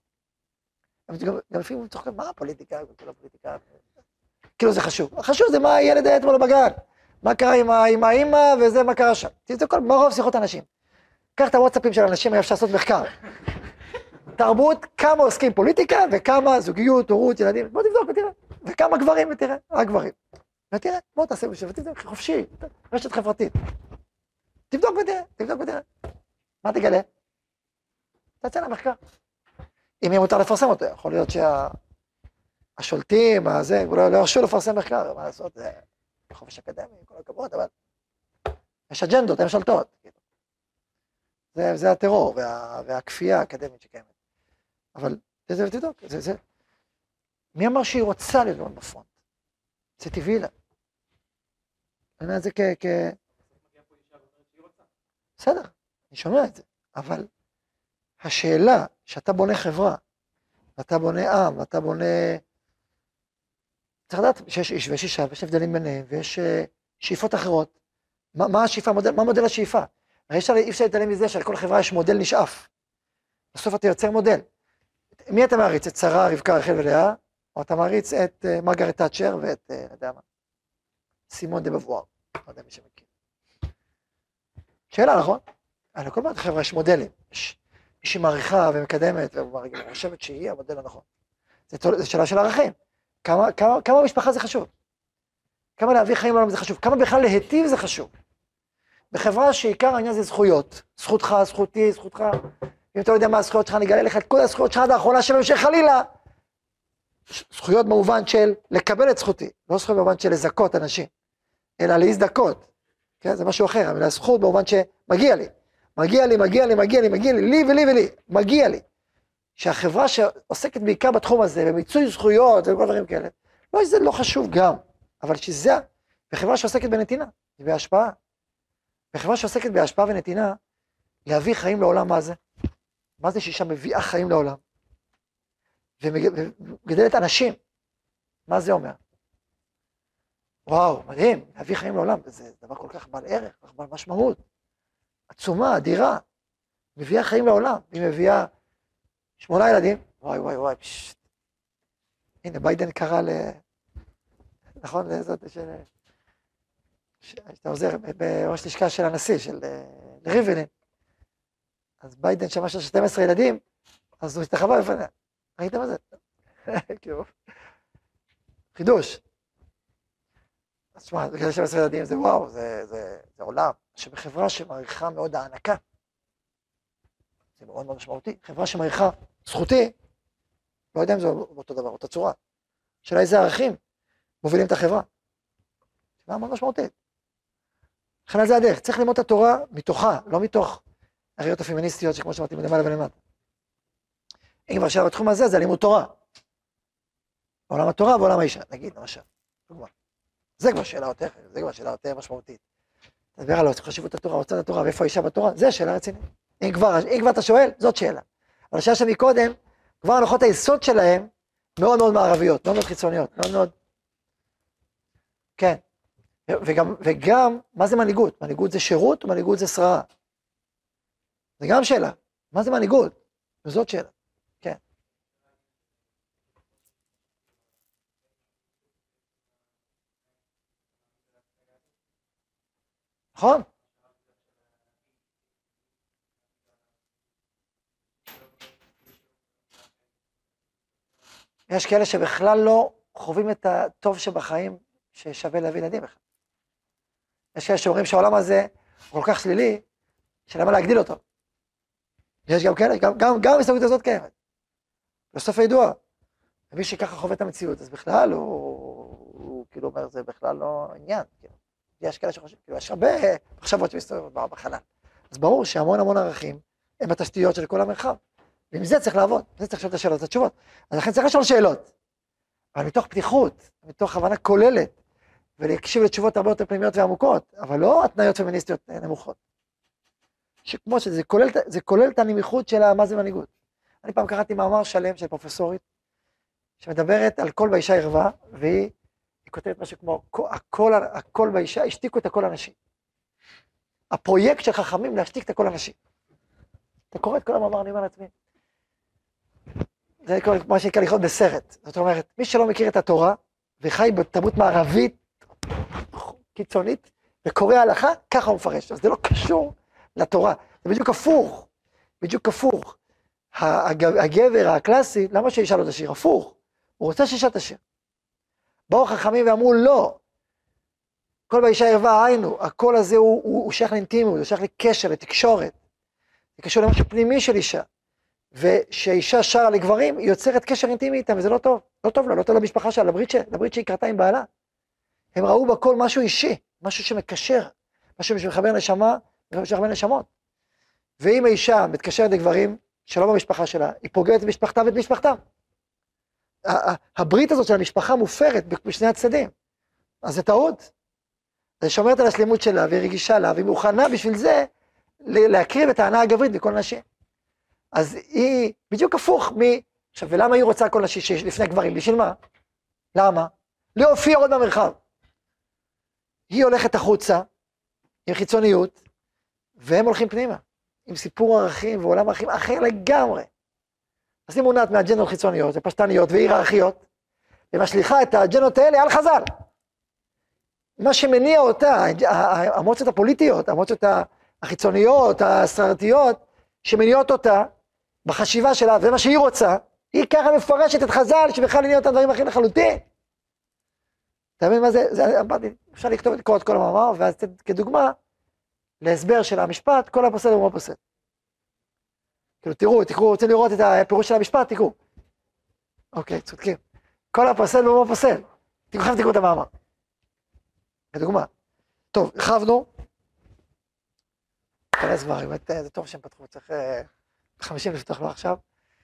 [SPEAKER 1] גם לפעמים צוחקים, מה הפוליטיקה? כאילו זה חשוב. החשוב זה מה הילד היה אתמול בגן. מה קרה עם האמא וזה מה קרה שם. תבדוק מה רוב שיחות אנשים. קח את הוואטסאפים של אנשים, היה אפשר לעשות מחקר. תרבות, כמה עוסקים פוליטיקה וכמה זוגיות, הורות, ילדים. בוא תבדוק ותראה. וכמה גברים ותראה. רק גברים. ותראה, בוא תעשה בשביל, ותבדוק חופשי. רשת חברתית. תבדוק ותראה. מה תגלה? תצא למחקר. אם יהיה מותר לפרסם אותו, יכול להיות שהשולטים, לא ירשו לפרסם מחקר, מה לעשות, זה חופש אקדמי, כל הכבוד, אבל יש אג'נדות, הן שולטות. זה הטרור והכפייה האקדמית שקיימת. אבל תבדוק, מי אמר שהיא רוצה ללמוד בפרונט? זה טבעי לה. אני אומר את זה בסדר, אני שומע את זה, אבל השאלה שאתה בונה חברה, ואתה בונה עם, ואתה בונה... צריך לדעת שיש איש ויש אישה, ויש הבדלים ביניהם, ויש שאיפות אחרות. מה השאיפה, מה מודל השאיפה? הרי אי אפשר להתעלם מזה שעל כל חברה יש מודל נשאף. בסוף אתה יוצר מודל. מי אתה מעריץ? את שרה, רבקה, רחל ולאה? או אתה מעריץ את מרגרט תאצ'ר ואת, לא יודע מה, סימון דה בבואר. לא יודע מי שמכיר. שאלה, נכון? על כל מעט חברה יש מודלים. יש מישהי מעריכה ומקדמת, וחושבת שהיא המודל הנכון. זו שאלה של ערכים. כמה משפחה זה חשוב? כמה להביא חיים לעולם זה חשוב? כמה בכלל להיטיב זה חשוב? בחברה שעיקר העניין זה זכויות. זכותך, זכותי, זכותך. אם אתה לא יודע מה הזכויות שלך, אני אגלה לך את כל הזכויות שלך עד האחרונה שבמשך חלילה. זכויות במובן של לקבל את זכותי. לא זכויות במובן של לזכות אנשים, אלא להזדכות. כן? זה משהו אחר, המילה זכות במובן שמגיע לי. מגיע לי, לי ולי, מגיע לי. שהחברה שעוסקת בעיקר בתחום הזה, במיצוי זכויות וכל דברים כאלה, לא שזה לא חשוב גם, אבל שזה, בחברה שעוסקת בנתינה, בהשפעה. בחברה שעוסקת בהשפעה ונתינה, להביא חיים לעולם מה זה? מה זה שאישה מביאה חיים לעולם? ומגדלת אנשים. מה זה אומר? וואו, מדהים, להביא חיים לעולם, זה דבר כל כך בעל ערך, כל כך בעל משמעות. עצומה, אדירה, מביאה חיים לעולם, היא מביאה 8 ילדים, וואי, פשט. הנה, ביידן קרא נכון, לזאת שאתה עוזר בראש לשכה של הנשיא, של ריבלין. אז ביידן שמע שיש 12 ילדים, אז הוא הסתחווה בפניה. ראיתם מה זה? כאילו, חידוש. אז תשמע, 12 ילדים זה וואו, זה עולם, שבחברה שמעריכה מאוד הענקה, זה מאוד מאוד משמעותי, חברה שמעריכה זכותי, לא יודע אם זה אותו דבר, אותה צורה, שאלה איזה ערכים מובילים את החברה. זה מאוד משמעותית. לכן על זה הדרך, צריך ללמוד את התורה מתוכה, לא מתוך הראיות הפמיניסטיות שכמו שאמרתי מלמעלה ולמטה. אם כבר שאלה בתחום הזה, זה לימוד תורה. בעולם התורה ועולם האישה, נגיד, למשל. זה כבר שאלה יותר משמעותית. תדבר על חשיבות התורה, רוצה את התורה, ואיפה האישה בתורה, זה שאלה רצינית. אם כבר אתה שואל, זאת שאלה. אבל השאלה שמקודם, כבר הנחות היסוד שלהם, מאוד מאוד מערביות, מאוד מאוד חיצוניות, מאוד מאוד... כן. וגם, מה זה מנהיגות? מנהיגות זה שירות או מנהיגות זה שררה? זה גם שאלה. מה זה מנהיגות? וזאת שאלה. כן. נכון? יש כאלה שבכלל לא חווים את הטוב שבחיים ששווה להביא ילדים בכלל. יש כאלה שאומרים שהעולם הזה הוא כל כך שלילי, שלמה להגדיל אותו. יש גם כאלה, גם ההסתכלות הזאת קיימת. בסוף הידוע, ומי שככה חווה את המציאות, אז בכלל הוא כאילו אומר, זה בכלל לא עניין. כאילו. יש כאלה שחושבים, כאילו, יש הרבה מחשבות שמסתובבות בחלל. אז ברור שהמון ערכים הם התשתיות של כל המרחב. ועם זה צריך לעבוד, זה צריך לשאול את השאלות, את התשובות. אז לכן צריך לשאול שאלות. אבל מתוך פתיחות, מתוך הבנה כוללת, ולהקשיב לתשובות הרבה יותר פנימיות ועמוקות, אבל לא התנאיות פמיניסטיות נמוכות. שכמו שזה כולל את הנמיכות של מה זה מנהיגות. אני פעם קראתי מאמר שלם של פרופסורית, שמדברת על קול באישה ערווה, והיא כותבת משהו כמו, הקול באישה, השתיקו את הקול הנשי. הפרויקט של חכמים להשתיק את הקול הנשי. אתה קורא את כל המאמר, אני אומר לעצמי. זה מה שנקרא לחיות בסרט. זאת אומרת, מי שלא מכיר את התורה, וחי בתרבות מערבית קיצונית, וקורא הלכה, ככה הוא מפרש. אז זה לא קשור לתורה. זה בדיוק הפוך. בדיוק הפוך. הגבר הקלאסי, למה שאישה לא תשיר? הפוך. הוא רוצה שאישה תשיר. באו חכמים ואמרו, לא. כל באישה ערווה, היינו, הקול הזה הוא שייך לאינטימיות, הוא שייך לקשר, לתקשורת. זה קשור למשהו פנימי של אישה. ושאישה שרה לגברים, היא יוצרת קשר אינטימי איתם, וזה לא טוב. לא טוב לה, לא טוב למשפחה שלה, לברית שהיא קרתה עם בעלה. הם ראו בכל משהו אישי, משהו שמקשר, משהו שמחבר נשמה, שמחבר נשמות. ואם האישה מתקשרת לגברים, שלא במשפחה שלה, היא פוגעת את משפחתה ואת משפחתם. הברית הזאת של המשפחה מופרת בשני הצדדים. אז זה טעות. היא שומרת על השלימות שלה, והיא רגישה לה, והיא מוכנה בשביל זה, להקריב את ההנאה הגברית בכל נשים. אז היא בדיוק הפוך עכשיו, ולמה היא רוצה כל נשים לפני גברים? בשביל מה? למה? להופיע עוד במרחב. היא הולכת החוצה, עם חיצוניות, והם הולכים פנימה, עם סיפור ערכים ועולם ערכים אחר לגמרי. אז היא מונעת מהאג'נדות חיצוניות, ופשטניות והיררכיות, ומשליחה את האג'נדות האלה על חז"ל. מה שמניע אותה, האמוציות הפוליטיות, האמוציות החיצוניות, השררתיות, שמניעות אותה בחשיבה שלה, ומה שהיא רוצה, היא ככה מפרשת את חז"ל, שבכלל עניין אותם דברים אחרים לחלוטין. אתה מבין מה זה? אפשר לקרוא את כל המאמר, ואז כדוגמה, להסבר של המשפט, כל הפוסל ומה פוסל. כאילו, תראו, רוצים לראות את הפירוש של המשפט, תראו. אוקיי, צודקים. כל הפוסל ומה פוסל. תראו את המאמר. כדוגמה. טוב, הרחבנו. כנס כבר, זה טוב שהם פתחו, צריך 50 לפתוח לו עכשיו.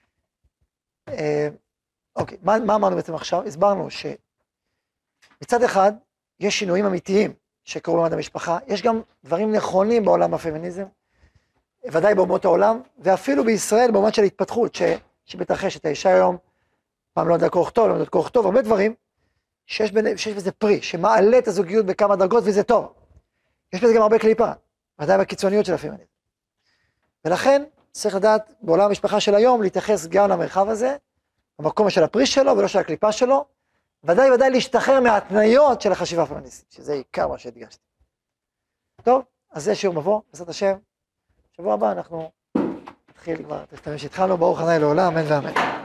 [SPEAKER 1] אוקיי, מה אמרנו בעצם עכשיו? הסברנו שמצד אחד, יש שינויים אמיתיים שקרו במעמד המשפחה, יש גם דברים נכונים בעולם הפמיניזם, ודאי באומות העולם, ואפילו בישראל, במובן של התפתחות, שמתרחשת. האישה היום, פעם לא יודעת קורח טוב, הרבה דברים, שיש בזה פרי, שמעלה את הזוגיות בכמה דרגות, וזה טוב. יש בזה גם הרבה קליפה, ודאי בקיצוניות של הפמיניזם. ולכן, צריך לדעת, בעולם המשפחה של היום, להתייחס גם למרחב הזה, במקום של הפרי שלו, ולא של הקליפה שלו, ודאי להשתחרר מההתניות של החשיבה הפמיניסטית, שזה עיקר מה שהדגשתי. טוב, אז זה שיעור מבוא, בעזרת השם. שבוע הבא אנחנו נתחיל כבר, תשתמש שהתחלנו, ברוך ה' לעולם, אמן ואמן.